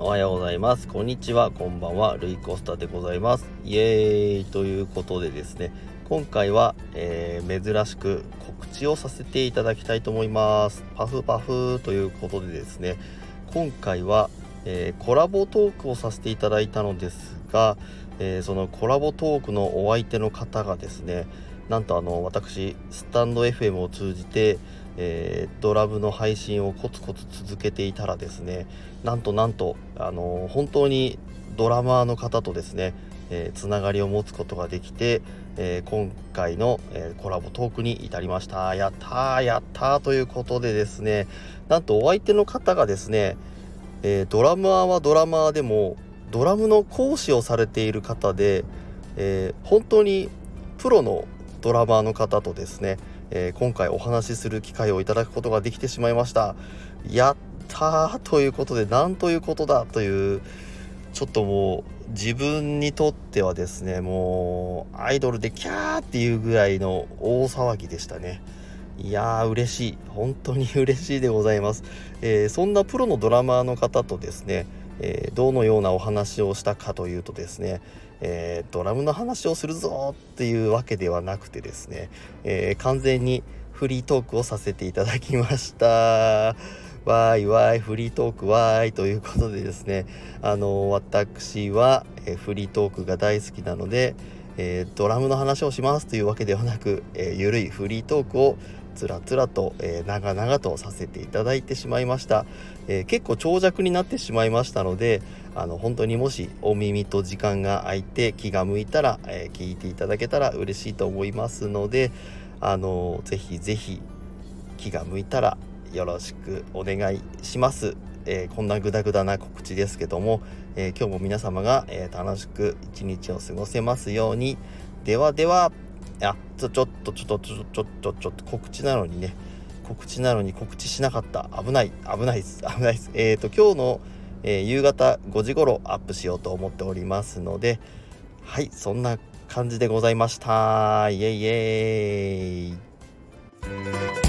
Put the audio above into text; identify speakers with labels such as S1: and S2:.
S1: はようございます。こんにちは、こんばんは。ルイコスタでございます。イエーイということでですね、今回は、珍しく告知をさせていただきたいと思います。パフパフということでですね、今回は、コラボトークをさせていただいたのですが、そのコラボトークのお相手の方がですね、なんと私スタンド FM を通じて、ドラムの配信をコツコツ続けていたらですね、なんと本当にドラマーの方とですね、つながりを持つことができて、今回の、コラボトークに至りました。やったーということでですね、なんとお相手の方がですね、ドラマーはドラマーでもドラムの講師をされている方で、本当にプロのドラマーの方とですね、今回お話しする機会をいただくことができてしまいました。やったーということで、なんということだという、ちょっともう自分にとってはですね、もうアイドルでキャーっていうぐらいの大騒ぎでしたね。いやー嬉しい、本当に嬉しいでございます。そんなプロのドラマーの方とですね、どのようなお話をしたかというとですね、ドラムの話をするぞっていうわけではなくてですね、完全にフリートークをさせていただきました。わーいわーい、フリートークわーいということでですね、私は、フリートークが大好きなので、ドラムの話をしますというわけではなく、ゆるいフリートークをつらつらと、長々とさせていただいてしまいました。結構長尺になってしまいましたので、本当にもしお耳と時間が空いて気が向いたら、聞いていただけたら嬉しいと思いますので、ぜひぜひ気が向いたらよろしくお願いします。こんなグダグダな告知ですけども、今日も皆様が、楽しく一日を過ごせますように。ではでは、ちょっと告知なのに告知しなかった。危ないです。今日の、夕方5時頃アップしようと思っておりますので、はい、そんな感じでございました。イエイイエーイ。